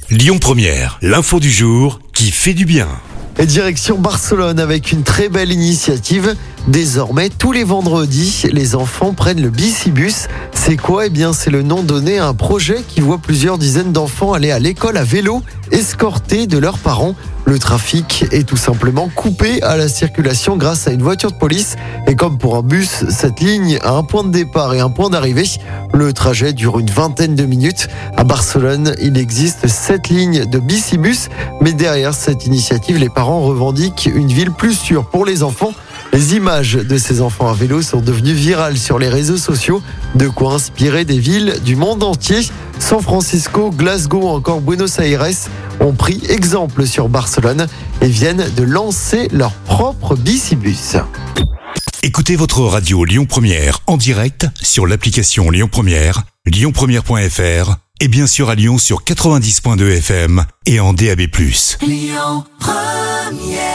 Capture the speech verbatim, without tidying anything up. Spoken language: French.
Lyon Première, l'info du jour qui fait du bien. Et direction Barcelone avec une très belle initiative. Désormais, tous les vendredis, les enfants prennent le bicibus. C'est quoi ? Eh bien, c'est le nom donné à un projet qui voit plusieurs dizaines d'enfants aller à l'école à vélo, escortés de leurs parents. Le trafic est tout simplement coupé à la circulation grâce à une voiture de police. Et comme pour un bus, cette ligne a un point de départ et un point d'arrivée. Le trajet dure une vingtaine de minutes. À Barcelone, il existe sept lignes de bicibus. Mais derrière cette initiative, les parents revendiquent une ville plus sûre pour les enfants. Les images de ces enfants à vélo sont devenues virales sur les réseaux sociaux, de quoi inspirer des villes du monde entier. San Francisco, Glasgow ou encore Buenos Aires ont pris exemple sur Barcelone et viennent de lancer leur propre bicibus. Écoutez votre radio Lyon Première en direct sur l'application Lyon Première, lyon première point f r et bien sûr à Lyon sur quatre-vingt-dix virgule deux F M et en D A B plus. Lyon Première.